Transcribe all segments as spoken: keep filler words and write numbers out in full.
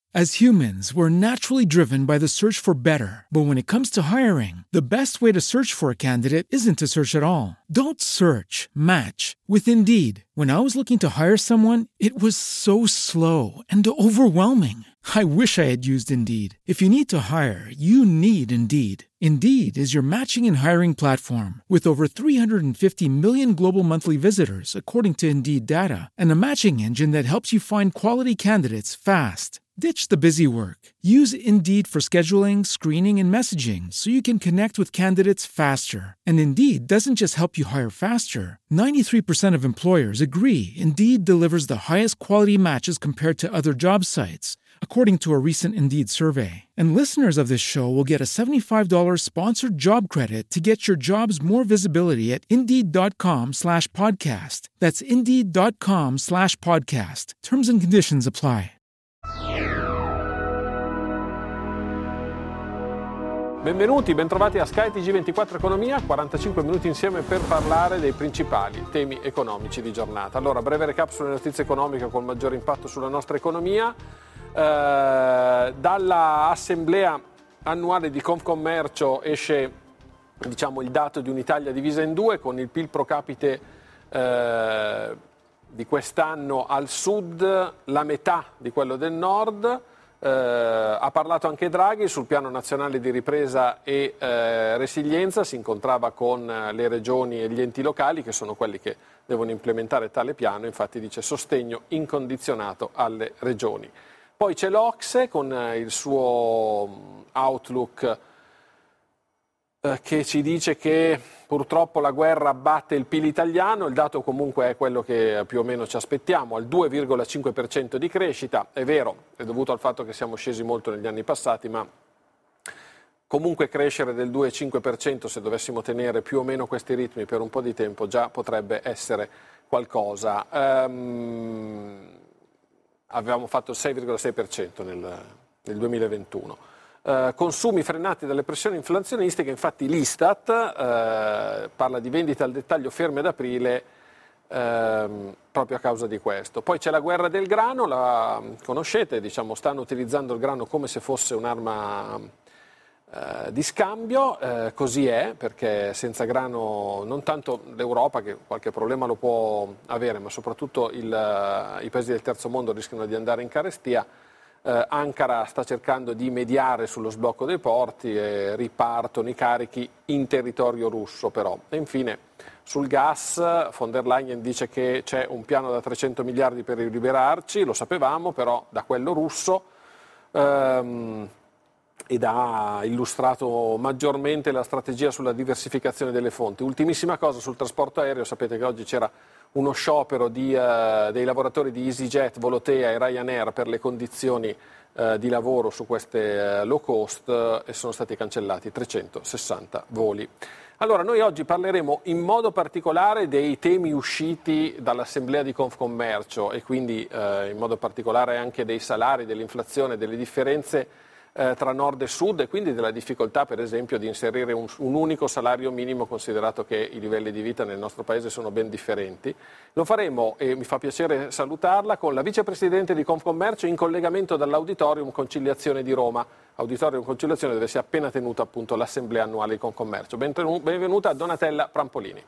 As humans, we're naturally driven by the search for better. But when it comes to hiring, the best way to search for a candidate isn't to search at all. Don't search, match with Indeed. When I was looking to hire someone, it was so slow and overwhelming. I wish I had used Indeed. If you need to hire, you need Indeed. Indeed is your matching and hiring platform with over three hundred fifty million global monthly visitors, according to Indeed data, and a matching engine that helps you find quality candidates fast. Ditch the busy work. Use Indeed for scheduling, screening, and messaging so you can connect with candidates faster. And Indeed doesn't just help you hire faster. ninety-three percent of employers agree Indeed delivers the highest quality matches compared to other job sites, according to a recent Indeed survey. And listeners of this show will get a seventy-five dollars sponsored job credit to get your jobs more visibility at Indeed.com slash podcast. That's Indeed.com slash podcast. Terms and conditions apply. Benvenuti, bentrovati a Sky T G ventiquattro Economia, quarantacinque minuti insieme per parlare dei principali temi economici di giornata. Allora, breve recap sulle notizie economiche con maggiore impatto sulla nostra economia. Eh, dalla assemblea annuale di Confcommercio esce, diciamo, il dato di un'Italia divisa in due, con il P I L pro capite eh, di quest'anno al sud la metà di quello del nord. Eh, ha parlato anche Draghi sul piano nazionale di ripresa e eh, resilienza, si incontrava con le regioni e gli enti locali che sono quelli che devono implementare tale piano, infatti dice sostegno incondizionato alle regioni. Poi c'è l'Ocse con il suo outlook eh, che ci dice che purtroppo la guerra abbatte il P I L italiano, il dato comunque è quello che più o meno ci aspettiamo, al due virgola cinque per cento di crescita. È vero, è dovuto al fatto che siamo scesi molto negli anni passati, ma comunque crescere del due virgola cinque per cento, se dovessimo tenere più o meno questi ritmi per un po' di tempo, già potrebbe essere qualcosa. Um, avevamo fatto il sei virgola sei per cento nel, nel duemilaventuno. Uh, consumi frenati dalle pressioni inflazionistiche, infatti l'Istat uh, parla di vendite al dettaglio ferme ad aprile uh, proprio a causa di questo. Poi c'è la guerra del grano, la conoscete, diciamo, stanno utilizzando il grano come se fosse un'arma uh, di scambio, uh, così è, perché senza grano non tanto l'Europa, che qualche problema lo può avere, ma soprattutto il, uh, i paesi del terzo mondo rischiano di andare in carestia. Eh, Ankara sta cercando di mediare sullo sblocco dei porti e ripartono i carichi in territorio russo però. E infine sul gas von der Leyen dice che c'è un piano da trecento miliardi per liberarci, lo sapevamo, però da quello russo, ehm, ed ha illustrato maggiormente la strategia sulla diversificazione delle fonti. Ultimissima cosa sul trasporto aereo, sapete che oggi c'era uno sciopero di, uh, dei lavoratori di EasyJet, Volotea e Ryanair per le condizioni uh, di lavoro su queste uh, low cost uh, e sono stati cancellati trecentosessanta voli. Allora, noi oggi parleremo in modo particolare dei temi usciti dall'assemblea di Confcommercio e quindi uh, in modo particolare anche dei salari, dell'inflazione, delle differenze Eh, tra nord e sud e quindi della difficoltà per esempio di inserire un, un unico salario minimo, considerato che i livelli di vita nel nostro paese sono ben differenti. Lo faremo, e mi fa piacere salutarla, con la vicepresidente di Confcommercio in collegamento dall'Auditorium Conciliazione di Roma, Auditorium Conciliazione dove si è appena tenuta appunto l'assemblea annuale di Confcommercio. Benvenuta Donatella Prampolini.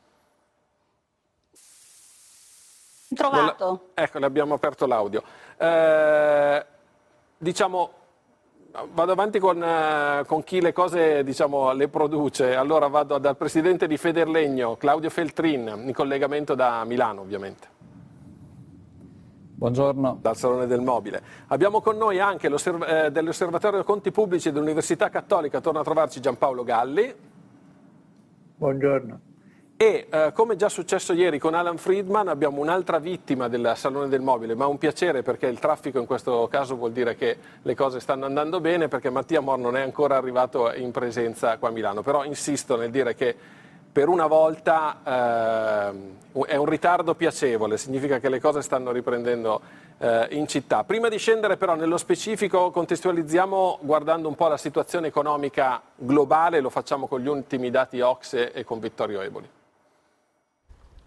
Trovato. La, ecco, le abbiamo aperto l'audio. Eh, diciamo Vado avanti con, uh, con chi le cose, diciamo, le produce. Allora vado dal presidente di Federlegno, Claudio Feltrin, in collegamento da Milano ovviamente. Buongiorno. Dal Salone del Mobile. Abbiamo con noi anche eh, dell'Osservatorio Conti Pubblici dell'Università Cattolica, torna a trovarci Giampaolo Galli. Buongiorno. E eh, come già successo ieri con Alan Friedman abbiamo un'altra vittima del Salone del Mobile, ma un piacere perché il traffico in questo caso vuol dire che le cose stanno andando bene, perché Mattia Mor non è ancora arrivato in presenza qua a Milano, però insisto nel dire che per una volta eh, è un ritardo piacevole, significa che le cose stanno riprendendo eh, in città. Prima di scendere però nello specifico contestualizziamo guardando un po' la situazione economica globale, lo facciamo con gli ultimi dati Ocse e con Vittorio Eboli.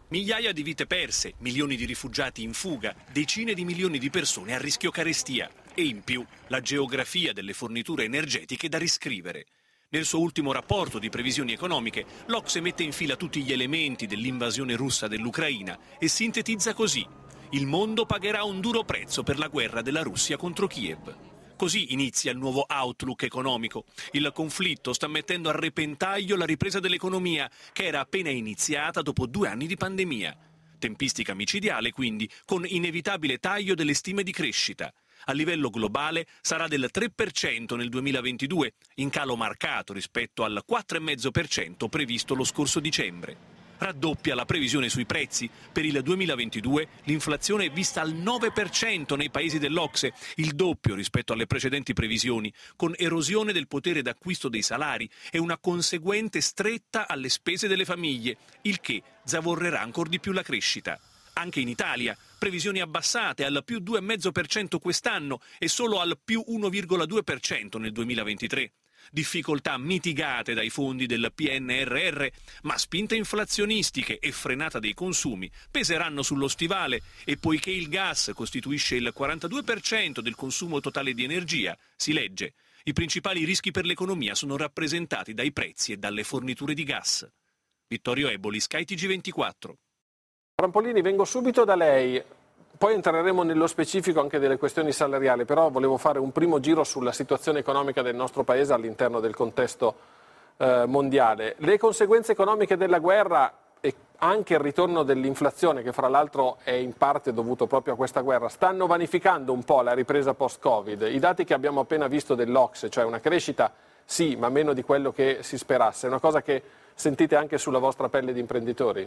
Migliaia di vite perse, milioni di rifugiati in fuga, decine di milioni di persone a rischio carestia. e in più la geografia delle forniture energetiche da riscrivere. Nel suo ultimo rapporto di previsioni economiche, l'O C S E mette in fila tutti gli elementi dell'invasione russa dell'Ucraina e sintetizza così: il mondo pagherà un duro prezzo per la guerra della Russia contro Kiev. Così inizia il nuovo outlook economico. Il conflitto sta mettendo a repentaglio la ripresa dell'economia, che era appena iniziata dopo due anni di pandemia. Tempistica micidiale, quindi, con inevitabile taglio delle stime di crescita. A livello globale sarà del tre per cento nel duemilaventidue, in calo marcato rispetto al quattro virgola cinque per cento previsto lo scorso dicembre. Raddoppia la previsione sui prezzi. Per il duemilaventidue l'inflazione è vista al nove per cento nei paesi dell'O C S E, il doppio rispetto alle precedenti previsioni, con erosione del potere d'acquisto dei salari e una conseguente stretta alle spese delle famiglie, il che zavorrerà ancor di più la crescita. Anche in Italia, previsioni abbassate al più due virgola cinque per cento quest'anno e solo al più uno virgola due per cento nel duemilaventitré. Difficoltà mitigate dai fondi del P N R R, ma spinte inflazionistiche e frenata dei consumi peseranno sullo stivale e poiché il gas costituisce il quarantadue per cento del consumo totale di energia, si legge, i principali rischi per l'economia sono rappresentati dai prezzi e dalle forniture di gas. Vittorio Eboli, Sky T G ventiquattro. Rampolini, vengo subito da lei, poi entreremo nello specifico anche delle questioni salariali, però volevo fare un primo giro sulla situazione economica del nostro Paese all'interno del contesto eh, mondiale. Le conseguenze economiche della guerra e anche il ritorno dell'inflazione, che fra l'altro è in parte dovuto proprio a questa guerra, stanno vanificando un po' la ripresa post-Covid. I dati che abbiamo appena visto dell'O C S E, cioè una crescita sì, ma meno di quello che si sperasse, è una cosa che sentite anche sulla vostra pelle di imprenditori?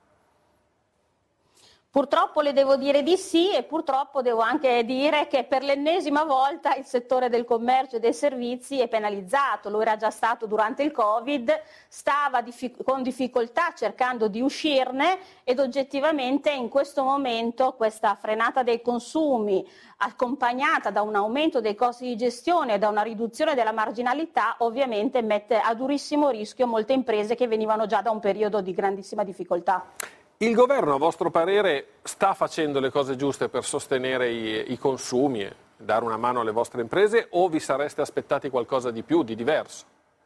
Purtroppo le devo dire di sì e purtroppo devo anche dire che per l'ennesima volta il settore del commercio e dei servizi è penalizzato. Lo era già stato durante il Covid, stava diffic- con difficoltà cercando di uscirne ed oggettivamente in questo momento questa frenata dei consumi accompagnata da un aumento dei costi di gestione e da una riduzione della marginalità ovviamente mette a durissimo rischio molte imprese che venivano già da un periodo di grandissima difficoltà. Il governo, a vostro parere, sta facendo le cose giuste per sostenere i, i consumi e dare una mano alle vostre imprese o vi sareste aspettati qualcosa di più, di diverso?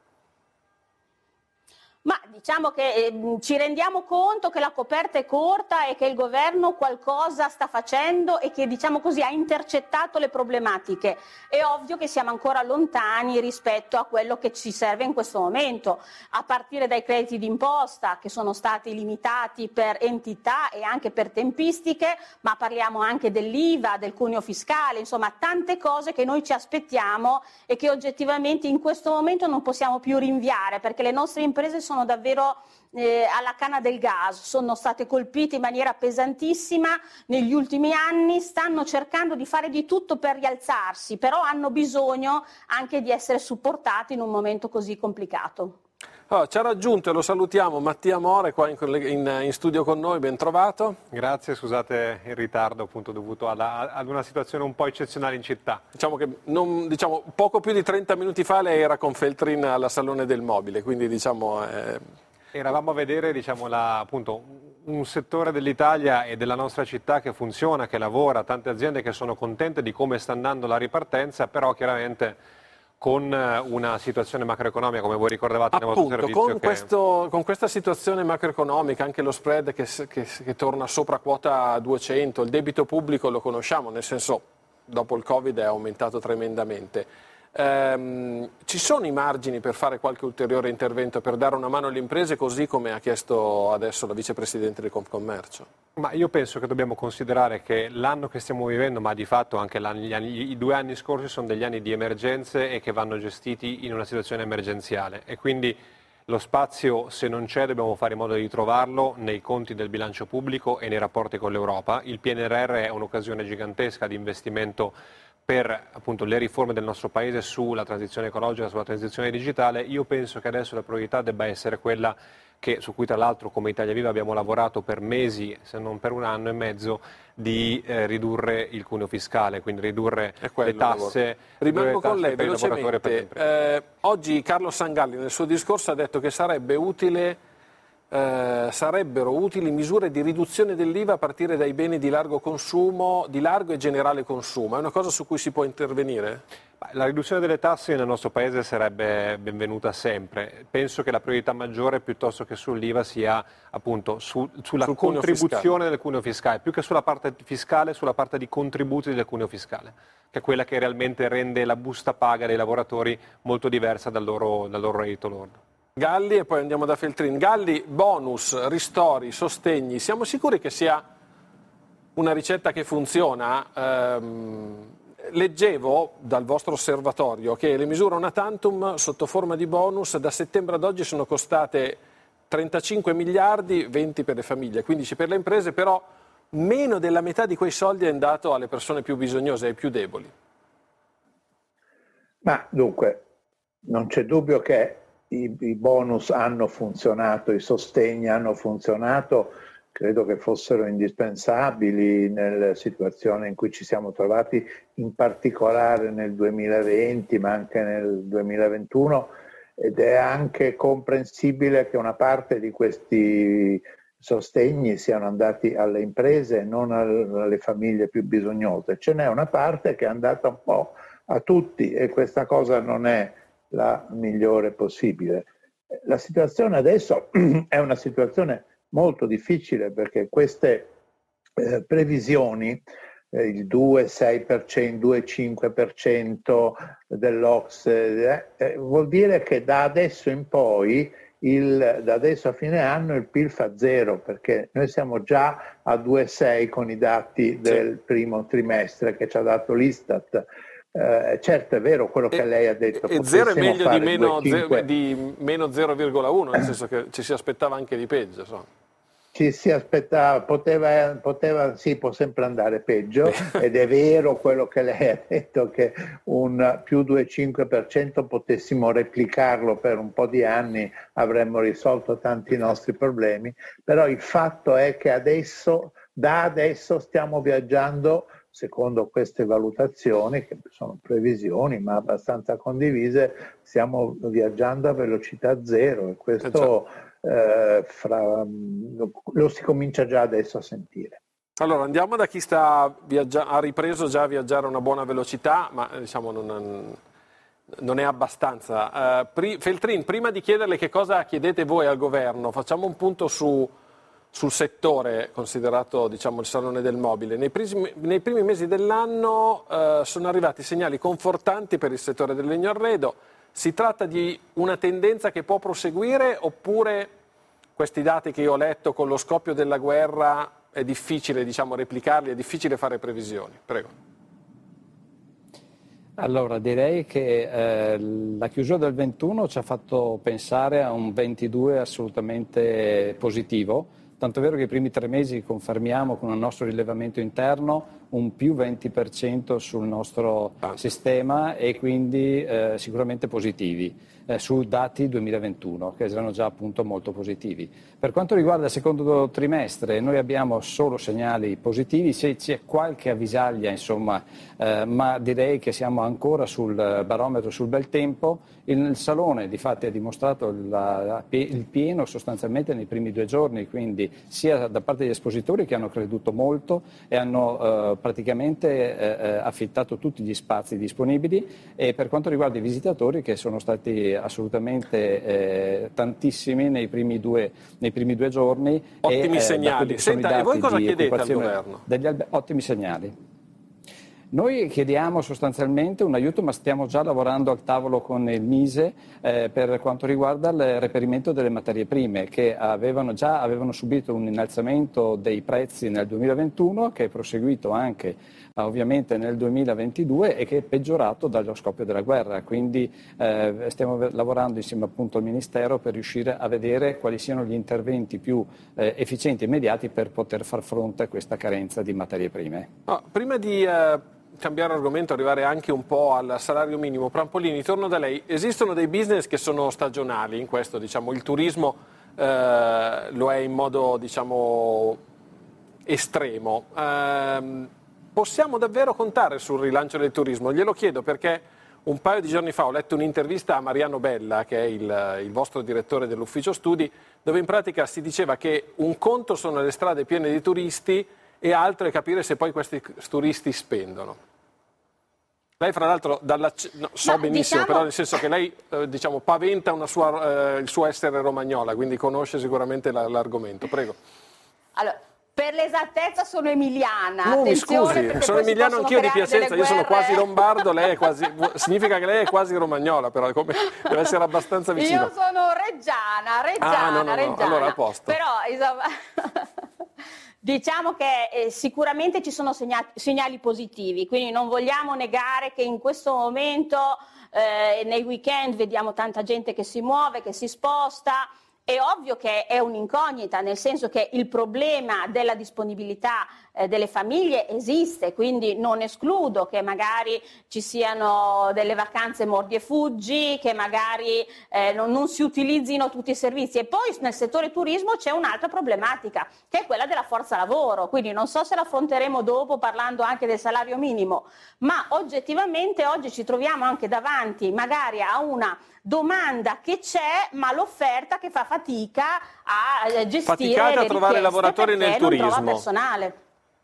Ma diciamo che eh, ci rendiamo conto che la coperta è corta e che il governo qualcosa sta facendo e che, diciamo così, ha intercettato le problematiche. È ovvio che siamo ancora lontani rispetto a quello che ci serve in questo momento, a partire dai crediti d'imposta che sono stati limitati per entità e anche per tempistiche, ma parliamo anche dell'I V A, del cuneo fiscale, insomma tante cose che noi ci aspettiamo e che oggettivamente in questo momento non possiamo più rinviare, perché le nostre imprese sono sono davvero eh, alla canna del gas, sono state colpite in maniera pesantissima negli ultimi anni, stanno cercando di fare di tutto per rialzarsi, però hanno bisogno anche di essere supportati in un momento così complicato. Oh, ci ha raggiunto e lo salutiamo Mattia More qua in, in, in studio con noi, ben trovato. Grazie, scusate il ritardo appunto dovuto alla, ad una situazione un po' eccezionale in città. Diciamo che non, diciamo, poco più di trenta minuti fa lei era con Feltrin alla Salone del Mobile, quindi diciamo... Eh... Eravamo a vedere diciamo, la, appunto, un settore dell'Italia e della nostra città che funziona, che lavora, tante aziende che sono contente di come sta andando la ripartenza, però chiaramente... con una situazione macroeconomica, come voi ricordavate nel vostro servizio. Con, che... questo, con questa situazione macroeconomica, anche lo spread che, che, che torna sopra quota duecento, il debito pubblico lo conosciamo, nel senso dopo il Covid è aumentato tremendamente. Ehm, ci sono i margini per fare qualche ulteriore intervento, per dare una mano alle imprese, così come ha chiesto adesso la vicepresidente del Confcommercio? Ma io penso che dobbiamo considerare che l'anno che stiamo vivendo, ma di fatto anche gli anni, i due anni scorsi sono degli anni di emergenze e che vanno gestiti in una situazione emergenziale e quindi lo spazio, se non c'è, dobbiamo fare in modo di trovarlo nei conti del bilancio pubblico e nei rapporti con l'Europa. Il P N R R è un'occasione gigantesca di investimento per appunto le riforme del nostro Paese sulla transizione ecologica, sulla transizione digitale. Io penso che adesso la priorità debba essere quella che, su cui tra l'altro come Italia Viva abbiamo lavorato per mesi, se non per un anno e mezzo, di eh, ridurre il cuneo fiscale, quindi ridurre le tasse. Rimango con lei velocemente. Eh, oggi Carlo Sangalli nel suo discorso ha detto che sarebbe utile eh, sarebbero utili misure di riduzione dell'I V A a partire dai beni di largo consumo, di largo e generale consumo. È una cosa su cui si può intervenire? La riduzione delle tasse nel nostro Paese sarebbe benvenuta sempre. Penso che la priorità maggiore piuttosto che sull'I V A sia appunto su, sulla Sul contribuzione fiscale. del cuneo fiscale, più che sulla parte fiscale, sulla parte di contributi del cuneo fiscale, che è quella che realmente rende la busta paga dei lavoratori molto diversa dal loro, dal loro reddito lordo. Galli, e poi andiamo da Feltrin. Galli, bonus, ristori, sostegni, siamo sicuri che sia una ricetta che funziona? Ehm, leggevo dal vostro osservatorio che le misure una tantum sotto forma di bonus da settembre ad oggi sono costate trentacinque miliardi, venti per le famiglie, quindici per le imprese, però meno della metà di quei soldi è andato alle persone più bisognose, ai più deboli. Ma dunque, non c'è dubbio che I, i bonus hanno funzionato, i sostegni hanno funzionato, credo che fossero indispensabili nella situazione in cui ci siamo trovati, in particolare nel duemilaventi ma anche nel duemilaventuno, ed è anche comprensibile che una parte di questi sostegni siano andati alle imprese e non alle famiglie più bisognose. Ce n'è una parte che è andata un po' a tutti e questa cosa non è la migliore possibile. La situazione adesso è una situazione molto difficile perché queste eh, previsioni, eh, il due, sei per cento, due, cinque per cento dell'O C S E, eh, vuol dire che da adesso in poi, il, da adesso a fine anno il P I L fa zero, perché noi siamo già a due virgola sei con i dati del primo trimestre che ci ha dato l'Istat. Uh, certo è vero quello che e, lei ha detto. E zero è meglio di meno, due, ze- di meno zero virgola uno, nel senso che ci si aspettava anche di peggio. Insomma. Ci si aspettava, poteva, poteva, sì, può sempre andare peggio ed è vero quello che lei ha detto che un più due virgola cinque per cento potessimo replicarlo per un po' di anni, avremmo risolto tanti nostri problemi, però il fatto è che adesso, da adesso stiamo viaggiando secondo queste valutazioni, che sono previsioni ma abbastanza condivise, stiamo viaggiando a velocità zero e questo eh, fra, lo si comincia già adesso a sentire. Allora andiamo da chi sta viaggia- ha ripreso già a viaggiare a una buona velocità, ma diciamo non, non è abbastanza. Uh, pri- Feltrin, prima di chiederle che cosa chiedete voi al governo, facciamo un punto su sul settore considerato, diciamo, il salone del mobile. Nei primi, nei primi mesi dell'anno eh, sono arrivati segnali confortanti per il settore del legno arredo. Si tratta di una tendenza che può proseguire oppure questi dati che io ho letto con lo scoppio della guerra è difficile, diciamo, replicarli, è difficile fare previsioni? Prego. Allora direi che eh, la chiusura del ventuno ci ha fatto pensare a un ventidue assolutamente positivo. Tanto è vero che i primi tre mesi confermiamo con il nostro rilevamento interno un più venti per cento sul nostro ah. sistema e quindi eh, sicuramente positivi eh, su dati duemilaventuno che erano già appunto molto positivi. Per quanto riguarda il secondo trimestre noi abbiamo solo segnali positivi, se c'è qualche avvisaglia insomma, eh, ma direi che siamo ancora sul barometro sul bel tempo. Il salone di fatti ha dimostrato la, il pieno sostanzialmente nei primi due giorni, quindi sia da parte degli espositori che hanno creduto molto e hanno eh, praticamente eh, affittato tutti gli spazi disponibili, e per quanto riguarda i visitatori che sono stati assolutamente eh, tantissimi nei primi due, nei primi due giorni. Ottimi e, segnali. Eh, Senta, e voi cosa chiedete al governo? Degli albe- ottimi segnali. Noi chiediamo sostanzialmente un aiuto, ma stiamo già lavorando al tavolo con il Mise eh, per quanto riguarda il reperimento delle materie prime, che avevano già avevano subito un innalzamento dei prezzi nel duemilaventuno, che è proseguito anche eh, ovviamente nel duemilaventidue e che è peggiorato dallo scoppio della guerra. Quindi eh, stiamo lavorando insieme appunto al Ministero per riuscire a vedere quali siano gli interventi più eh, efficienti e immediati per poter far fronte a questa carenza di materie prime. Oh, prima di eh... cambiare argomento, arrivare anche un po' al salario minimo. Prampolini, torno da lei. Esistono dei business che sono stagionali in questo, diciamo, il turismo eh, lo è in modo, diciamo, estremo. Eh, possiamo davvero contare sul rilancio del turismo? Glielo chiedo perché un paio di giorni fa ho letto un'intervista a Mariano Bella, che è il, il vostro direttore dell'ufficio studi, dove in pratica si diceva che un conto sono le strade piene di turisti e altro è capire se poi questi turisti spendono. Lei fra l'altro, dalla, no, so Ma benissimo, diciamo... però nel senso che lei eh, diciamo, paventa una sua, eh, il suo essere romagnola, quindi conosce sicuramente la, l'argomento. Prego. Allora, per l'esattezza sono emiliana. No, mi scusi, sono emiliano anch'io di Piacenza, io sono quasi lombardo, lei è quasi, significa che lei è quasi romagnola, però come, deve essere abbastanza vicino. Io sono reggiana, reggiana, ah, no, no, no, reggiana. Allora a posto. Però, insomma, diciamo che eh, sicuramente ci sono segnali, segnali positivi, quindi non vogliamo negare che in questo momento, eh, nei weekend, vediamo tanta gente che si muove, che si sposta. È ovvio che è un'incognita, nel senso che il problema della disponibilità eh, delle famiglie esiste, quindi non escludo che magari ci siano delle vacanze mordi e fuggi, che magari eh, non, non si utilizzino tutti i servizi. E poi nel settore turismo c'è un'altra problematica, che è quella della forza lavoro, quindi non so se l'affronteremo dopo parlando anche del salario minimo, ma oggettivamente oggi ci troviamo anche davanti magari a una domanda che c'è, ma l'offerta che fa fatica a gestire Faticate a trovare lavoratori nel turismo. Non trova personale.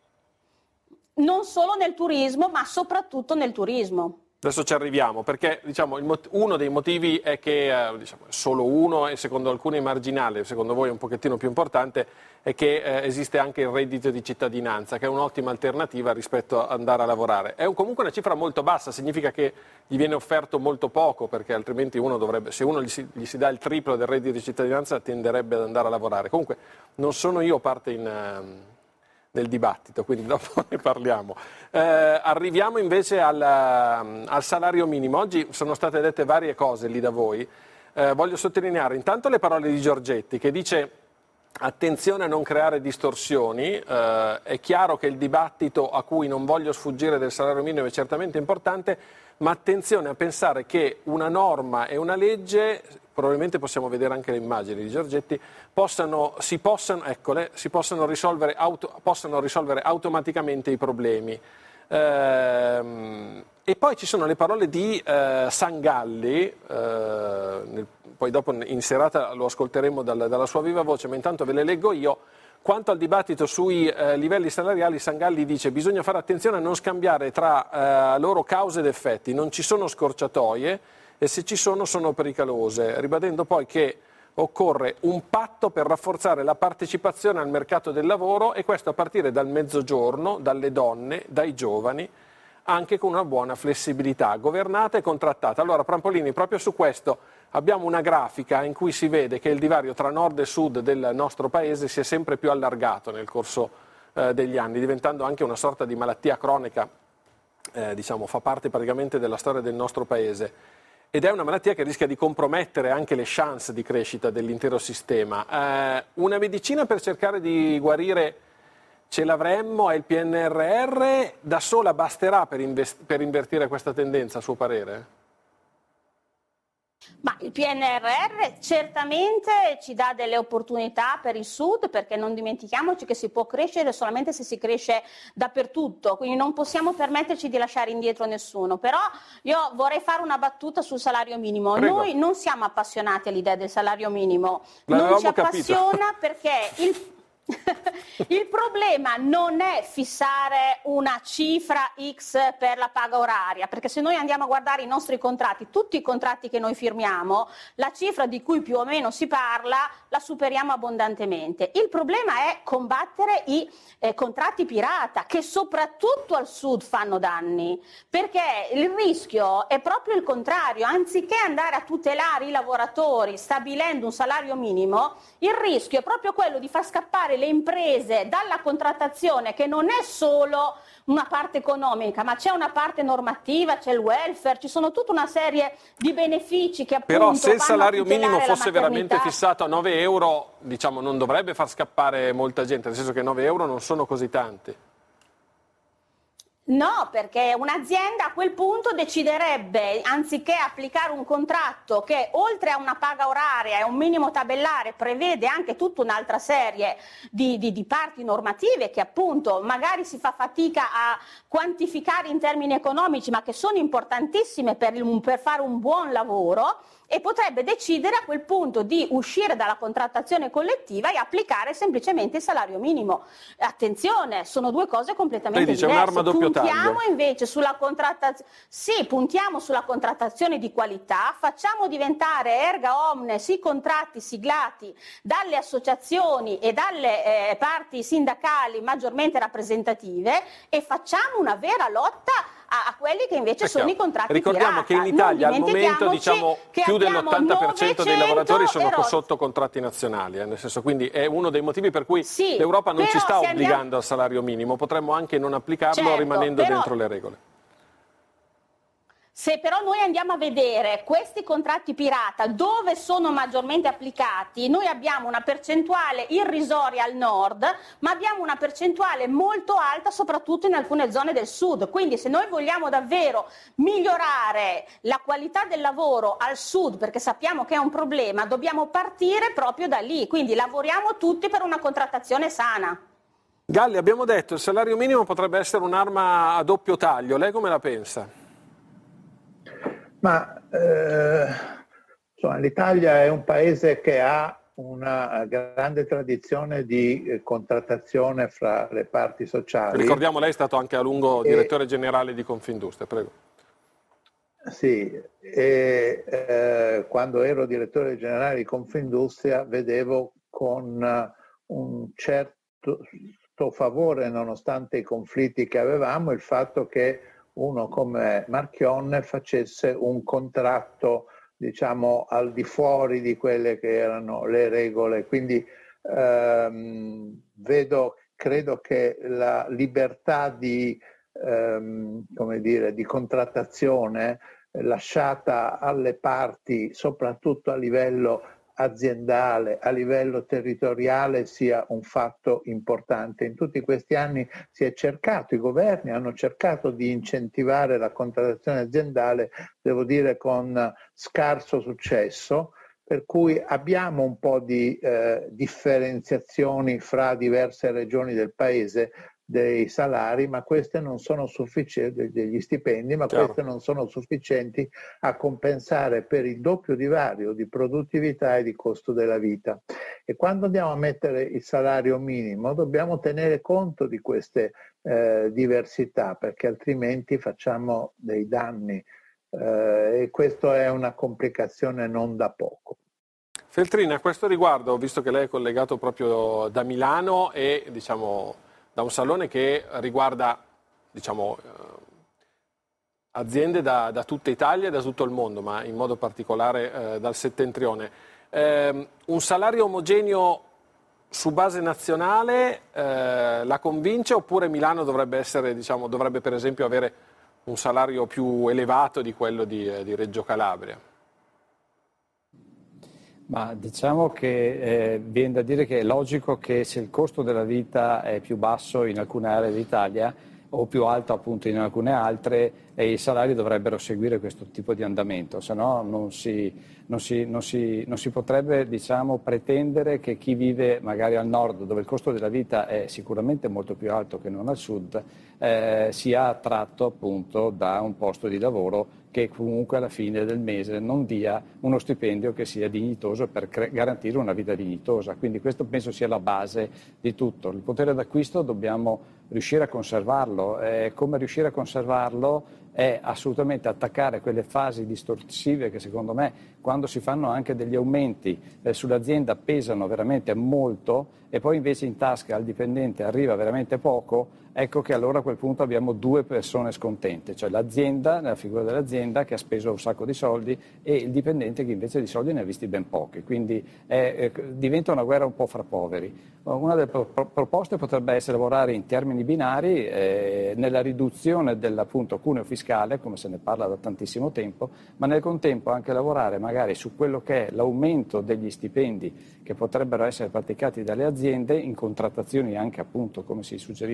Non solo nel turismo, ma soprattutto nel turismo. Adesso ci arriviamo, perché diciamo, il mot- uno dei motivi è che, eh, diciamo, solo uno, e secondo alcuni marginale, secondo voi è un pochettino più importante, è che eh, esiste anche il reddito di cittadinanza, che è un'ottima alternativa rispetto ad andare a lavorare. È un, comunque una cifra molto bassa, significa che gli viene offerto molto poco, perché altrimenti uno dovrebbe, se uno gli si, gli si dà il triplo del reddito di cittadinanza, tenderebbe ad andare a lavorare. Comunque non sono io parte in... Um, del dibattito, quindi dopo ne parliamo. Eh, arriviamo invece al, al salario minimo. Oggi sono state dette varie cose lì da voi. Eh, voglio sottolineare intanto le parole di Giorgetti, che dice attenzione a non creare distorsioni. Eh, è chiaro che il dibattito a cui non voglio sfuggire del salario minimo è certamente importante, ma attenzione a pensare che una norma e una legge, probabilmente possiamo vedere anche le immagini di Giorgetti, possano, si, possano, eccole, si possano, risolvere auto, possano risolvere automaticamente i problemi. Ehm, e poi ci sono le parole di eh, Sangalli, eh, nel, poi dopo in serata lo ascolteremo dal, dalla sua viva voce, ma intanto ve le leggo io. Quanto al dibattito sui eh, livelli salariali, Sangalli dice bisogna fare attenzione a non scambiare tra eh, loro cause ed effetti, non ci sono scorciatoie e se ci sono sono pericolose, ribadendo poi che occorre un patto per rafforzare la partecipazione al mercato del lavoro e questo a partire dal mezzogiorno, dalle donne, dai giovani, anche con una buona flessibilità, governata e contrattata. Allora Prampolini, proprio su questo abbiamo una grafica in cui si vede che il divario tra nord e sud del nostro paese si è sempre più allargato nel corso eh, degli anni, diventando anche una sorta di malattia cronica, eh, diciamo, fa parte praticamente della storia del nostro paese. Ed è una malattia che rischia di compromettere anche le chance di crescita dell'intero sistema. Eh, una medicina per cercare di guarire ce l'avremmo, è il P N R R, da sola basterà per, invest- per invertire questa tendenza, a suo parere? Ma il P N R R certamente ci dà delle opportunità per il Sud, perché non dimentichiamoci che si può crescere solamente se si cresce dappertutto, quindi non possiamo permetterci di lasciare indietro nessuno. Però io vorrei fare una battuta sul salario minimo. Prego. Noi non siamo appassionati all'idea del salario minimo, L'avevamo non ci capito. appassiona perché il il problema non è fissare una cifra X per la paga oraria, perché se noi andiamo a guardare i nostri contratti, tutti i contratti che noi firmiamo, la cifra di cui più o meno si parla la superiamo abbondantemente. Il problema è combattere i eh, contratti pirata, che soprattutto al sud fanno danni, perché il rischio è proprio il contrario. Anziché andare a tutelare i lavoratori stabilendo un salario minimo, il rischio è proprio quello di far scappare le imprese dalla contrattazione, che non è solo una parte economica, ma c'è una parte normativa, c'è il welfare, ci sono tutta una serie di benefici che appunto Però se il salario vanno a minimo tutelare fosse la veramente maternità. fissato a nove euro, diciamo, non dovrebbe far scappare molta gente, nel senso che nove euro non sono così tanti. No, perché un'azienda a quel punto deciderebbe, anziché applicare un contratto che oltre a una paga oraria e un minimo tabellare prevede anche tutta un'altra serie di, di, di parti normative che appunto magari si fa fatica a quantificare in termini economici, ma che sono importantissime per, il, per fare un buon lavoro, e potrebbe decidere a quel punto di uscire dalla contrattazione collettiva e applicare semplicemente il salario minimo. Attenzione, sono due cose completamente dice, diverse. un'arma a doppio puntiamo taglio. invece sulla contrattazione, sì, puntiamo sulla contrattazione di qualità, facciamo diventare erga omnes i contratti siglati dalle associazioni e dalle eh, parti sindacali maggiormente rappresentative e facciamo una vera lotta a, a quelli che invece sono i contratti Ricordiamo pirata. che in Italia al momento diciamo che più dell'ottanta per cento dei lavoratori sono eros- sotto contratti nazionali, eh, nel senso, quindi è uno dei motivi per cui sì, l'Europa non ci sta obbligando andiamo... al salario minimo, potremmo anche non applicarlo certo, rimanendo però... dentro le regole. Se però noi andiamo a vedere questi contratti pirata dove sono maggiormente applicati, noi abbiamo una percentuale irrisoria al nord, ma abbiamo una percentuale molto alta soprattutto in alcune zone del sud. Quindi se noi vogliamo davvero migliorare la qualità del lavoro al sud, perché sappiamo che è un problema, dobbiamo partire proprio da lì. Quindi lavoriamo tutti per una contrattazione sana. Galli, abbiamo detto il salario minimo potrebbe essere un'arma a doppio taglio, lei come la pensa? Ma eh, insomma, l'Italia è un paese che ha una grande tradizione di eh, contrattazione fra le parti sociali. Ricordiamo, lei è stato anche a lungo direttore e, generale di Confindustria, prego. Sì, e eh, quando ero direttore generale di Confindustria vedevo con un certo favore, nonostante i conflitti che avevamo, il fatto che uno come Marchionne facesse un contratto, diciamo, al di fuori di quelle che erano le regole. Quindi ehm, vedo, credo che la libertà di, ehm, come dire, di contrattazione lasciata alle parti, soprattutto a livello aziendale, a livello territoriale, sia un fatto importante. In tutti questi anni si è cercato, i governi hanno cercato di incentivare la contrattazione aziendale, devo dire con scarso successo, per cui abbiamo un po' di eh, differenziazioni fra diverse regioni del paese dei salari, ma queste non sono sufficienti, degli stipendi, ma Chiaro. queste non sono sufficienti a compensare per il doppio divario di produttività e di costo della vita. E quando andiamo a mettere il salario minimo dobbiamo tenere conto di queste eh, diversità, perché altrimenti facciamo dei danni eh, e questo è una complicazione non da poco. Feltrini, a questo riguardo, visto che lei è collegato proprio da Milano e diciamo da un salone che riguarda diciamo, eh, aziende da, da tutta Italia e da tutto il mondo, ma in modo particolare eh, dal settentrione. Eh, un salario omogeneo su base nazionale eh, la convince, oppure Milano dovrebbe essere, diciamo, dovrebbe per esempio avere un salario più elevato di quello di, eh, di Reggio Calabria? Ma diciamo che eh, viene da dire che è logico che se il costo della vita è più basso in alcune aree d'Italia o più alto appunto in alcune altre, e i salari dovrebbero seguire questo tipo di andamento, se no non si, non si, non si, non si potrebbe diciamo, pretendere che chi vive magari al nord, dove il costo della vita è sicuramente molto più alto che non al sud, eh, sia attratto appunto da un posto di lavoro che comunque alla fine del mese non dia uno stipendio che sia dignitoso per cre- garantire una vita dignitosa. Quindi questo penso sia la base di tutto. Il potere d'acquisto dobbiamo riuscire a conservarlo. Eh, come riuscire a conservarlo è assolutamente attaccare quelle fasi distorsive che secondo me, quando si fanno anche degli aumenti eh, sull'azienda, pesano veramente molto e poi invece in tasca al dipendente arriva veramente poco. Ecco che allora a quel punto abbiamo due persone scontente, cioè l'azienda, nella figura dell'azienda che ha speso un sacco di soldi, e il dipendente che invece di soldi ne ha visti ben pochi, quindi è, è, diventa una guerra un po' fra poveri. Una delle pro- proposte potrebbe essere lavorare in termini binari eh, nella riduzione dell'appunto cuneo fiscale, come se ne parla da tantissimo tempo, ma nel contempo anche lavorare magari su quello che è l'aumento degli stipendi che potrebbero essere praticati dalle aziende in contrattazioni anche appunto, come si suggeriva prima,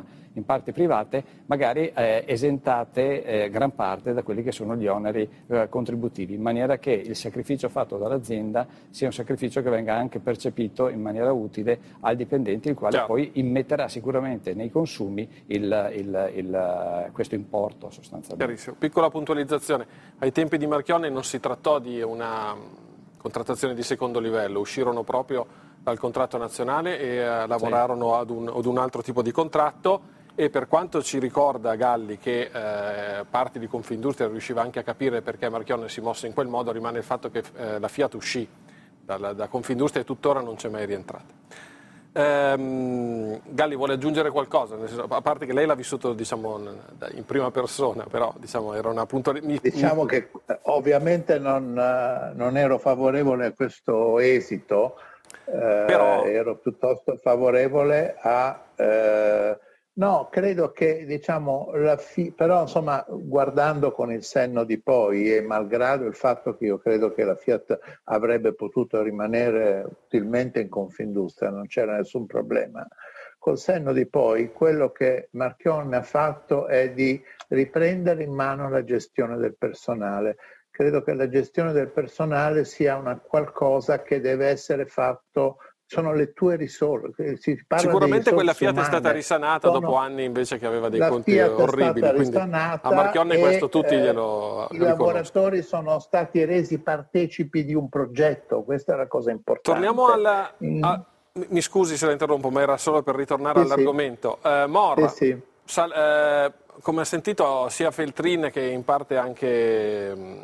in parti private, magari eh, esentate eh, gran parte da quelli che sono gli oneri eh, contributivi, in maniera che il sacrificio fatto dall'azienda sia un sacrificio che venga anche percepito in maniera utile al dipendente, il quale Chiaro. poi immetterà sicuramente nei consumi il, il, il, questo importo sostanzialmente. Chiarissimo. Piccola puntualizzazione, ai tempi di Marchionne non si trattò di una contrattazione di secondo livello, uscirono proprio dal contratto nazionale e eh, lavorarono sì. ad, un, ad un altro tipo di contratto. E per quanto ci ricorda Galli che eh, parte di Confindustria riusciva anche a capire perché Marchionne si mosse in quel modo, rimane il fatto che eh, la Fiat uscì dalla, da Confindustria e tuttora non c'è mai rientrata. Ehm, Galli vuole aggiungere qualcosa? Nel senso, a parte che lei l'ha vissuto diciamo, in prima persona, però diciamo, era una puntualità. Diciamo che ovviamente non, non ero favorevole a questo esito, eh, però... ero piuttosto favorevole a... Eh, No, credo che, diciamo, la fi- però insomma, guardando con il senno di poi e malgrado il fatto che io credo che la Fiat avrebbe potuto rimanere utilmente in Confindustria, non c'era nessun problema, col senno di poi quello che Marchionne ha fatto è di riprendere in mano la gestione del personale. Credo che la gestione del personale sia una qualcosa che deve essere fatto. Sono le tue risorse. Si parla Sicuramente quella Fiat umane. È stata risanata Sono... dopo anni invece che aveva dei la conti Fiat orribili. È quindi stata a Marchionne e, questo tutti eh, glielo I riconoscono. lavoratori sono stati resi partecipi di un progetto, questa è la cosa importante. Torniamo alla... Mm. A, mi scusi se la interrompo, ma era solo per ritornare Sì, all'argomento. Sì. Eh, Mor, sì, sì. Sal, eh, come ha sentito sia Feltrin che in parte anche mh,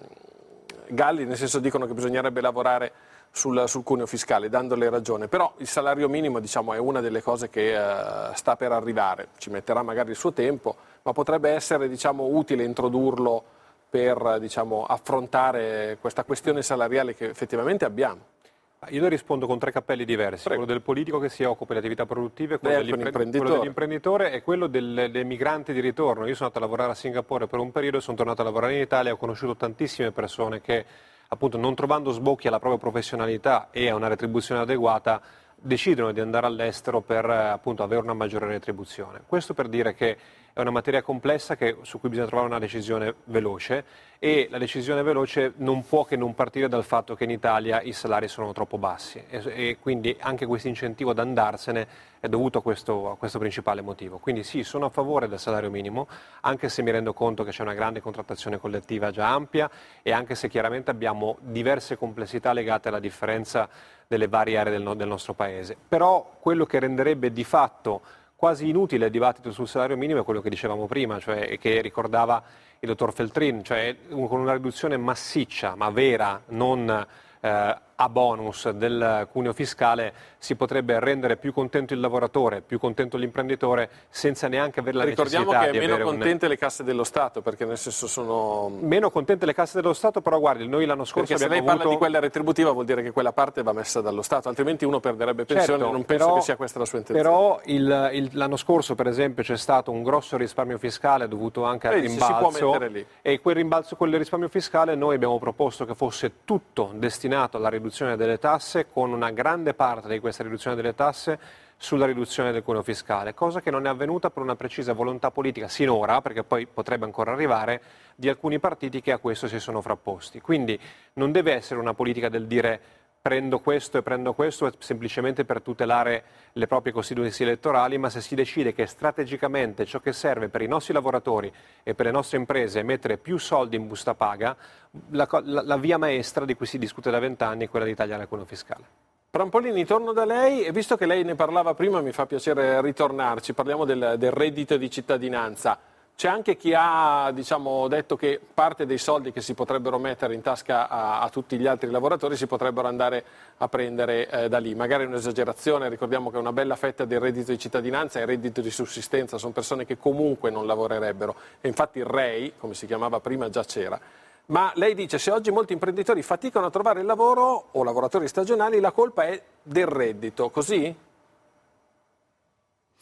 Galli, nel senso dicono che bisognerebbe lavorare Sul, sul cuneo fiscale, dandole ragione, però il salario minimo diciamo, è una delle cose che uh, sta per arrivare, ci metterà magari il suo tempo, ma potrebbe essere diciamo, utile introdurlo per diciamo, affrontare questa questione salariale che effettivamente abbiamo. Io le rispondo con tre cappelli diversi, Prego. Quello del politico che si occupa delle attività produttive, quello, dell'impre- quello dell'imprenditore e quello del, dei migranti di ritorno. Io sono andato a lavorare a Singapore per un periodo, sono tornato a lavorare in Italia, ho conosciuto tantissime persone che appunto non trovando sbocchi alla propria professionalità e a una retribuzione adeguata decidono di andare all'estero per appunto avere una maggiore retribuzione. Questo per dire che è una materia complessa che, su cui bisogna trovare una decisione veloce e la decisione veloce non può che non partire dal fatto che in Italia i salari sono troppo bassi e, e quindi anche questo incentivo ad andarsene è dovuto a questo, a questo principale motivo. Quindi sì, sono a favore del salario minimo, anche se mi rendo conto che c'è una grande contrattazione collettiva già ampia e anche se chiaramente abbiamo diverse complessità legate alla differenza delle varie aree del, no, del nostro Paese. Però quello che renderebbe di fatto quasi inutile il dibattito sul salario minimo è quello che dicevamo prima, cioè che ricordava il dottor Feltrin, cioè con una riduzione massiccia, ma vera, non eh, a bonus del cuneo fiscale, si potrebbe rendere più contento il lavoratore, più contento l'imprenditore, senza neanche avere la Ricordiamo necessità di avere... Ricordiamo che è meno contente un... le casse dello Stato, perché nel senso sono... Meno contente le casse dello Stato, però guardi, noi l'anno scorso perché abbiamo se lei avuto... parla di quella retributiva vuol dire che quella parte va messa dallo Stato, altrimenti uno perderebbe pensione, certo, non penso però, che sia questa la sua intenzione. Però il, il, l'anno scorso, per esempio, c'è stato un grosso risparmio fiscale dovuto anche al Vedi, rimbalzo, si può mettere lì. E quel rimbalzo, quel risparmio fiscale noi abbiamo proposto che fosse tutto destinato alla riduzione delle tasse, con una grande parte di questa riduzione delle tasse sulla riduzione del cuneo fiscale, cosa che non è avvenuta per una precisa volontà politica sinora, perché poi potrebbe ancora arrivare, di alcuni partiti che a questo si sono frapposti. Quindi non deve essere una politica del dire prendo questo e prendo questo semplicemente per tutelare le proprie costituenze elettorali, ma se si decide che strategicamente ciò che serve per i nostri lavoratori e per le nostre imprese è mettere più soldi in busta paga, la, la, la via maestra di cui si discute da vent'anni è quella di tagliare il cuneo fiscale. Prampolini, torno da lei e visto che lei ne parlava prima mi fa piacere ritornarci, parliamo del, del reddito di cittadinanza. C'è anche chi ha diciamo, detto che parte dei soldi che si potrebbero mettere in tasca a, a tutti gli altri lavoratori si potrebbero andare a prendere eh, da lì. Magari è un'esagerazione, ricordiamo che una bella fetta del reddito di cittadinanza è il reddito di sussistenza, sono persone che comunque non lavorerebbero e infatti il R E I, come si chiamava prima, già c'era. Ma lei dice se oggi molti imprenditori faticano a trovare il lavoro o lavoratori stagionali la colpa è del reddito, così?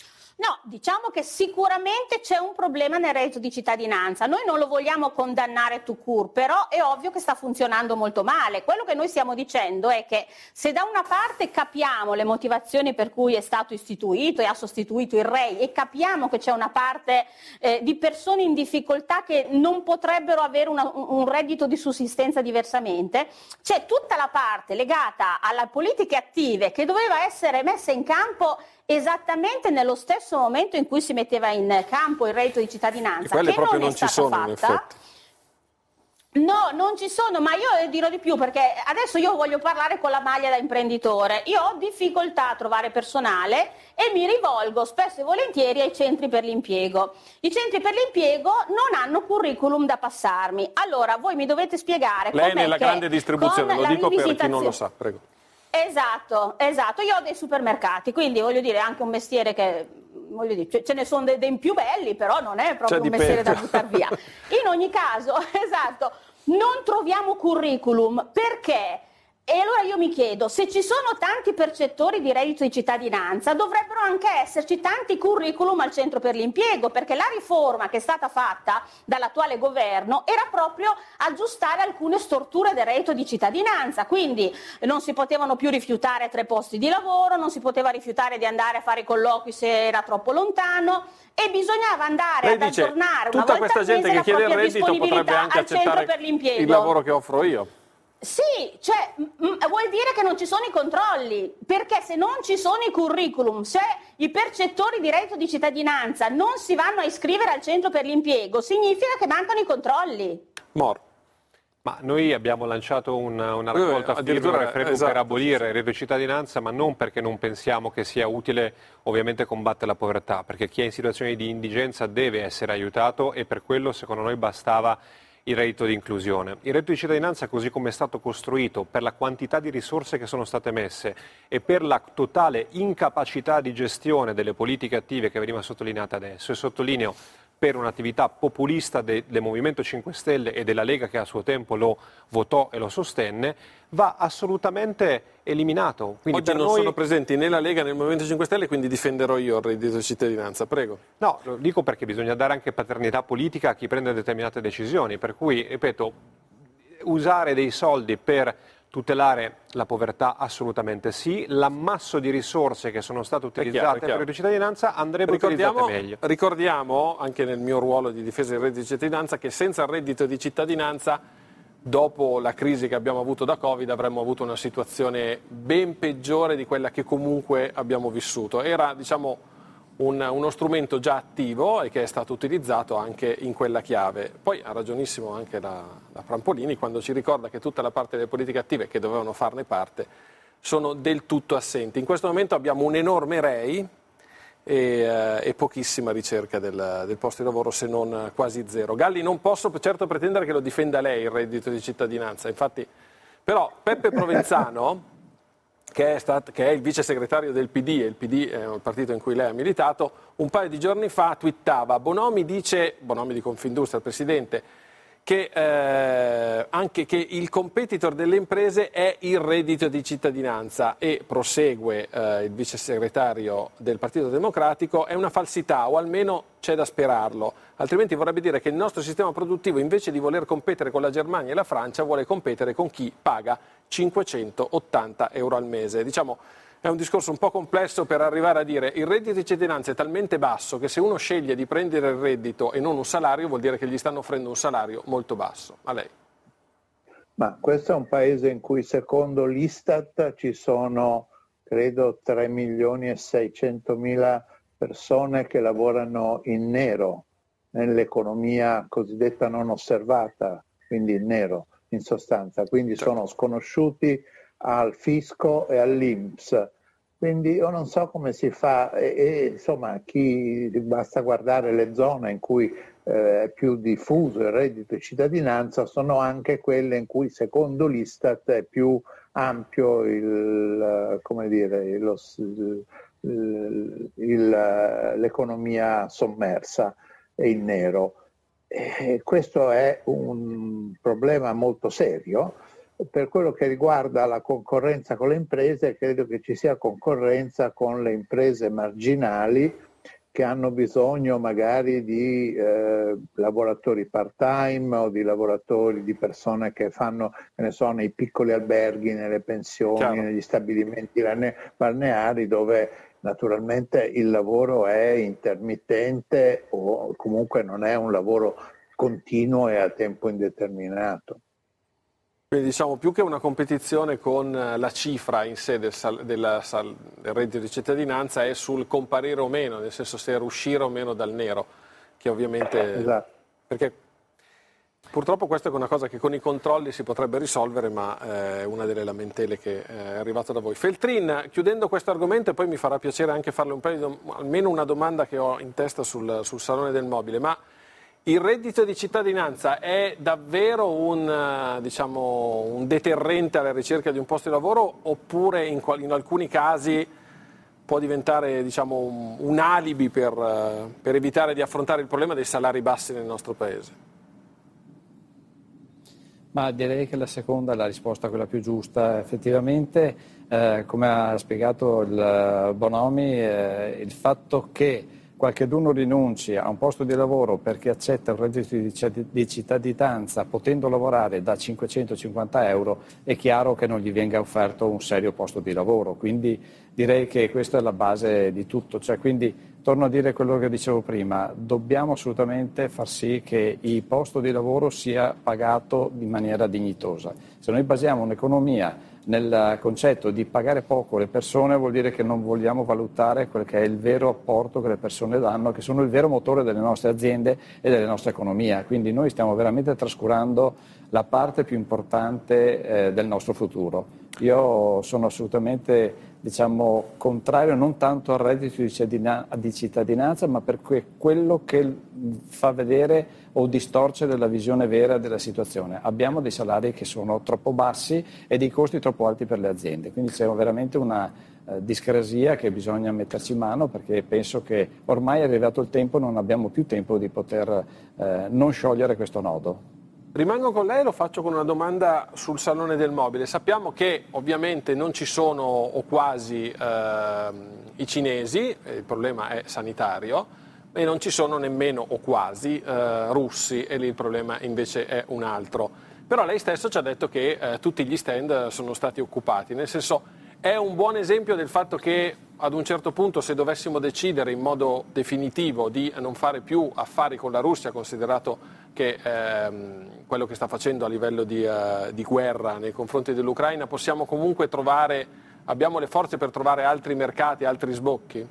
No, diciamo che sicuramente c'è un problema nel reddito di cittadinanza. Noi non lo vogliamo condannare tout court, però è ovvio che sta funzionando molto male. Quello che noi stiamo dicendo è che se da una parte capiamo le motivazioni per cui è stato istituito e ha sostituito il R E I e capiamo che c'è una parte eh, di persone in difficoltà che non potrebbero avere una, un reddito di sussistenza diversamente, c'è tutta la parte legata alle politiche attive che doveva essere messa in campo esattamente nello stesso momento in cui si metteva in campo il reddito di cittadinanza, e quelle che proprio non, non è ci stata sono, in fatta. effetti. No, non ci sono, ma io dirò di più, perché adesso io voglio parlare con la maglia da imprenditore. Io ho difficoltà a trovare personale e mi rivolgo spesso e volentieri ai centri per l'impiego. I centri per l'impiego non hanno curriculum da passarmi. Allora, voi mi dovete spiegare Lei com'è nella che grande distribuzione, lo dico per chi non lo sa, prego. Esatto, esatto. Io ho dei supermercati, quindi voglio dire, è anche un mestiere che, voglio dire, ce ne sono dei, dei più belli, però non è proprio C'è un di mestiere peggio. da buttare via. In ogni caso, esatto, non troviamo curriculum perché. E allora io mi chiedo, se ci sono tanti percettori di reddito di cittadinanza, dovrebbero anche esserci tanti curriculum al centro per l'impiego, perché la riforma che è stata fatta dall'attuale governo era proprio aggiustare alcune storture del reddito di cittadinanza, quindi non si potevano più rifiutare tre posti di lavoro, non si poteva rifiutare di andare a fare i colloqui se era troppo lontano e bisognava andare Lei ad dice, aggiornare una tutta volta questa al gente mese che la chiede il propria reddito potrebbe disponibilità anche al centro accettare per l'impiego. il lavoro che offro io. Sì, cioè m- m- vuol dire che non ci sono i controlli, perché se non ci sono i curriculum, se i percettori di reddito di cittadinanza non si vanno a iscrivere al centro per l'impiego, significa che mancano i controlli. Mor. Ma noi abbiamo lanciato una, una Eh, raccolta firme, addirittura, un referendum esatto, per abolire sì, il reddito di cittadinanza, ma non perché non pensiamo che sia utile ovviamente combattere la povertà, perché chi è in situazioni di indigenza deve essere aiutato e per quello secondo noi bastava il reddito di inclusione. Il reddito di cittadinanza, così come è stato costruito, per la quantità di risorse che sono state messe e per la totale incapacità di gestione delle politiche attive che veniva sottolineata adesso, e sottolineo per un'attività populista de, del Movimento cinque Stelle e della Lega che a suo tempo lo votò e lo sostenne, va assolutamente eliminato. Quindi Oggi per non noi... sono presenti né la Lega né il Movimento cinque Stelle, quindi difenderò io il reddito di cittadinanza, prego. No, lo dico perché bisogna dare anche paternità politica a chi prende determinate decisioni, per cui, ripeto, usare dei soldi per tutelare la povertà assolutamente sì, l'ammasso di risorse che sono state utilizzate per il reddito di cittadinanza andrebbe ricordiamo, utilizzate meglio. Ricordiamo, anche nel mio ruolo di difesa del reddito di cittadinanza, che senza il reddito di cittadinanza, dopo la crisi che abbiamo avuto da Covid, avremmo avuto una situazione ben peggiore di quella che comunque abbiamo vissuto. Era, diciamo, un, uno strumento già attivo e che è stato utilizzato anche in quella chiave. Poi ha ragionissimo anche la, la Prampolini quando ci ricorda che tutta la parte delle politiche attive che dovevano farne parte sono del tutto assenti. In questo momento abbiamo un enorme R E I e, eh, e pochissima ricerca del, del posto di lavoro, se non quasi zero. Galli, non posso certo pretendere che lo difenda lei il reddito di cittadinanza, infatti, però Peppe Provenzano, Che è, stato, che è il vice segretario del P D, e il P D è un partito in cui lei ha militato, un paio di giorni fa twittava: Bonomi dice, Bonomi di Confindustria, il presidente, che eh, anche che il competitor delle imprese è il reddito di cittadinanza, e prosegue eh, il vice segretario del Partito Democratico: è una falsità, o almeno c'è da sperarlo, altrimenti vorrebbe dire che il nostro sistema produttivo, invece di voler competere con la Germania e la Francia, vuole competere con chi paga cinquecentottanta euro al mese. Diciamo, è un discorso un po' complesso per arrivare a dire il reddito di cittadinanza è talmente basso che se uno sceglie di prendere il reddito e non un salario, vuol dire che gli stanno offrendo un salario molto basso. A lei. Ma questo è un paese in cui secondo l'Istat ci sono, credo, tre milioni e seicentomila persone che lavorano in nero nell'economia cosiddetta non osservata, quindi in nero in sostanza, quindi certo. Sono sconosciuti al fisco e all'I N P S, quindi io non so come si fa, e, e insomma chi basta guardare le zone in cui eh, è più diffuso il reddito di cittadinanza sono anche quelle in cui secondo l'Istat è più ampio il, come dire, lo, il, il, l'economia sommersa e in nero. E questo è un problema molto serio. Per quello che riguarda la concorrenza con le imprese, credo che ci sia concorrenza con le imprese marginali che hanno bisogno magari di eh, lavoratori part-time o di lavoratori, di persone che fanno, che ne so, nei piccoli alberghi, nelle pensioni, Chiaro. negli stabilimenti balneari, dove naturalmente il lavoro è intermittente o comunque non è un lavoro continuo e a tempo indeterminato. Quindi diciamo più che una competizione con la cifra in sé del, sal, del, sal, del reddito di cittadinanza è sul comparire o meno, nel senso se uscire o meno dal nero, che ovviamente... Esatto. Perché purtroppo questa è una cosa che con i controlli si potrebbe risolvere, ma è una delle lamentele che è arrivata da voi. Feltrin, chiudendo questo argomento, e poi mi farà piacere anche farle un paio di dom- almeno una domanda che ho in testa sul, sul Salone del Mobile, ma il reddito di cittadinanza è davvero un, diciamo, un deterrente alla ricerca di un posto di lavoro, oppure in, in alcuni casi può diventare, diciamo, un, un alibi per, per evitare di affrontare il problema dei salari bassi nel nostro Paese? Ma direi che la seconda è la risposta quella più giusta. Effettivamente, eh, come ha spiegato il Bonomi, eh, il fatto che qualcheduno rinunci a un posto di lavoro perché accetta un reddito di cittadinanza potendo lavorare da cinquecentocinquanta euro, è chiaro che non gli venga offerto un serio posto di lavoro. Quindi direi che questa è la base di tutto. Cioè, quindi torno a dire quello che dicevo prima, dobbiamo assolutamente far sì che il posto di lavoro sia pagato in maniera dignitosa. Se noi basiamo un'economia nel concetto di pagare poco le persone, vuol dire che non vogliamo valutare quel che è il vero apporto che le persone danno, che sono il vero motore delle nostre aziende e della nostra economia. Quindi noi stiamo veramente trascurando la parte più importante eh, del nostro futuro. Io sono assolutamente, diciamo, contrario non tanto al reddito di cittadinanza, ma per quello che fa vedere o distorcere la visione vera della situazione. Abbiamo dei salari che sono troppo bassi e dei costi troppo alti per le aziende, quindi c'è veramente una eh, discrasia che bisogna metterci in mano, perché penso che ormai è arrivato il tempo, non abbiamo più tempo di poter eh, non sciogliere questo nodo. Rimango con lei, lo faccio con una domanda sul Salone del Mobile. Sappiamo che ovviamente non ci sono o quasi eh, i cinesi, il problema è sanitario, e non ci sono nemmeno o quasi eh, russi, e lì il problema invece è un altro. Però lei stesso ci ha detto che eh, tutti gli stand sono stati occupati, nel senso è un buon esempio del fatto che ad un certo punto, se dovessimo decidere in modo definitivo di non fare più affari con la Russia, considerato che ehm, quello che sta facendo a livello di, uh, di guerra nei confronti dell'Ucraina, possiamo comunque trovare, abbiamo le forze per trovare altri mercati, altri sbocchi?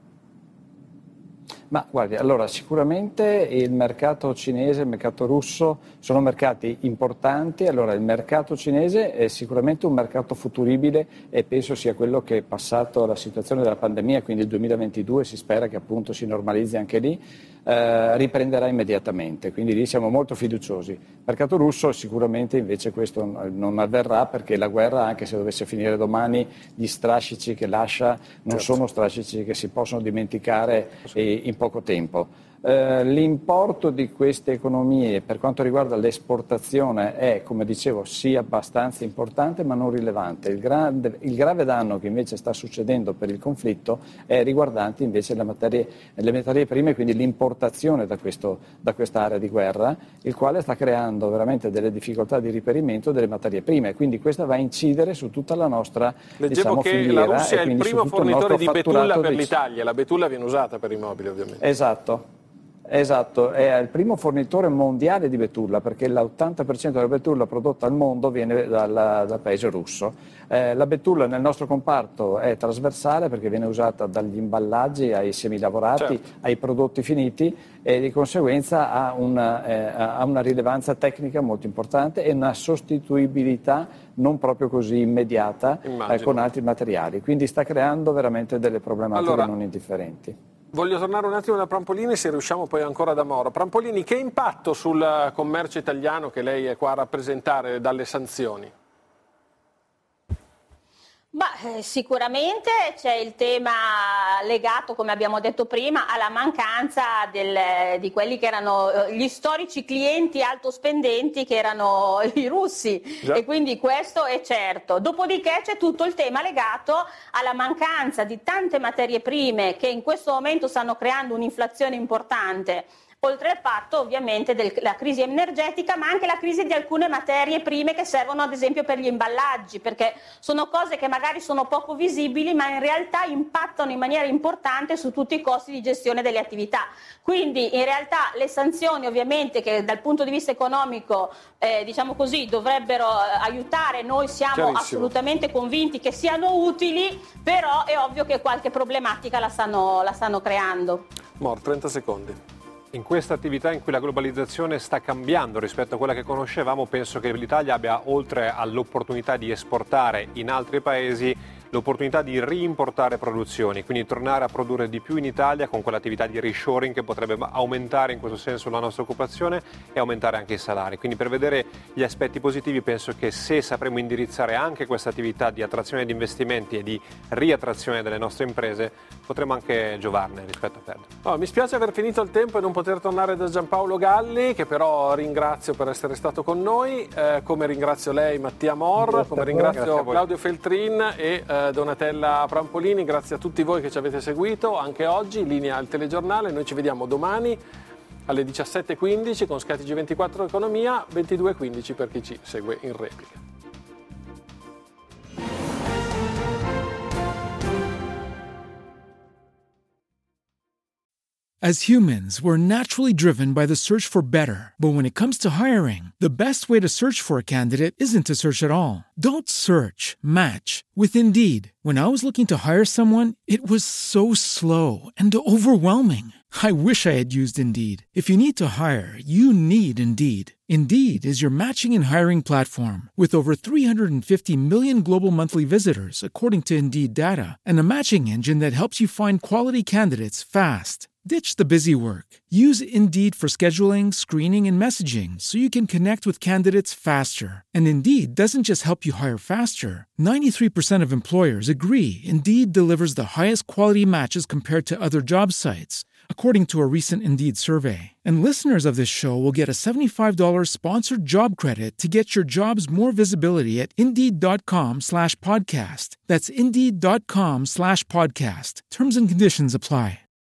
Ma guardi, allora sicuramente il mercato cinese e il mercato russo sono mercati importanti. Allora il mercato cinese è sicuramente un mercato futuribile e penso sia quello che, passato la situazione della pandemia, quindi il duemilaventidue, si spera che appunto si normalizzi anche lì, eh, riprenderà immediatamente, quindi lì siamo molto fiduciosi. Il mercato russo sicuramente invece questo non avverrà, perché la guerra, anche se dovesse finire domani, gli strascici che lascia non certo. sono strascici che si possono dimenticare in poco tempo. Eh, l'importo di queste economie per quanto riguarda l'esportazione è, come dicevo, sì abbastanza importante ma non rilevante. Il, grande, il grave danno che invece sta succedendo per il conflitto è riguardante invece le materie, le materie prime, quindi l'importazione da, questo, da questa area di guerra, il quale sta creando veramente delle difficoltà di reperimento delle materie prime, quindi questa va a incidere su tutta la nostra Leggevo diciamo, che filiera. La Russia è il primo fornitore di betulla per di... l'Italia, la betulla viene usata per i mobili ovviamente. Esatto. Esatto, è il primo fornitore mondiale di betulla, perché l'ottanta per cento della betulla prodotta al mondo viene dal, dal paese russo. Eh, la betulla nel nostro comparto è trasversale perché viene usata dagli imballaggi ai semilavorati, certo. ai prodotti finiti, e di conseguenza ha una, eh, ha una rilevanza tecnica molto importante e una sostituibilità non proprio così immediata eh, con altri materiali. Quindi sta creando veramente delle problematiche allora, non indifferenti. Voglio tornare un attimo da Prampolini, se riusciamo poi ancora da Moro. Prampolini, che impatto sul commercio italiano che lei è qua a rappresentare dalle sanzioni? Ma eh, sicuramente c'è il tema legato, come abbiamo detto prima, alla mancanza del, di quelli che erano eh, gli storici clienti alto spendenti, che erano i russi. Già. E quindi questo è certo. Dopodiché c'è tutto il tema legato alla mancanza di tante materie prime che in questo momento stanno creando un'inflazione importante. Oltre al fatto ovviamente della crisi energetica, ma anche la crisi di alcune materie prime che servono ad esempio per gli imballaggi, perché sono cose che magari sono poco visibili ma in realtà impattano in maniera importante su tutti i costi di gestione delle attività. Quindi in realtà le sanzioni ovviamente, che dal punto di vista economico eh, diciamo così dovrebbero aiutare, noi siamo assolutamente convinti che siano utili, però è ovvio che qualche problematica la stanno, la stanno creando. Mor, trenta secondi. In questa attività in cui la globalizzazione sta cambiando rispetto a quella che conoscevamo, penso che l'Italia abbia, oltre all'opportunità di esportare in altri paesi, l'opportunità di reimportare produzioni, quindi tornare a produrre di più in Italia con quell'attività di reshoring che potrebbe aumentare in questo senso la nostra occupazione e aumentare anche i salari. Quindi per vedere gli aspetti positivi penso che se sapremo indirizzare anche questa attività di attrazione di investimenti e di riattrazione delle nostre imprese, potremo anche giovarne rispetto a perdere. Oh, mi spiace aver finito il tempo e non poter tornare da Giampaolo Galli, che però ringrazio per essere stato con noi, eh, come ringrazio lei Mattia Mor, come ringrazio Claudio Feltrin e eh, Donatella Prampolini. Grazie a tutti voi che ci avete seguito anche oggi. Linea al telegiornale, noi ci vediamo domani alle diciassette e quindici con Sky T G ventiquattro Economia, ventidue e quindici per chi ci segue in replica. As humans, we're naturally driven by the search for better. But when it comes to hiring, the best way to search for a candidate isn't to search at all. Don't search, match with Indeed. When I was looking to hire someone, it was so slow and overwhelming. I wish I had used Indeed. If you need to hire, you need Indeed. Indeed is your matching and hiring platform with over three hundred fifty million global monthly visitors, according to Indeed data, and a matching engine that helps you find quality candidates fast. Ditch the busy work. Use Indeed for scheduling, screening, and messaging so you can connect with candidates faster. And Indeed doesn't just help you hire faster. ninety-three percent of employers agree Indeed delivers the highest quality matches compared to other job sites, according to a recent Indeed survey. And listeners of this show will get a seventy-five dollars sponsored job credit to get your jobs more visibility at Indeed.com slash podcast. That's Indeed.com slash podcast. Terms and conditions apply.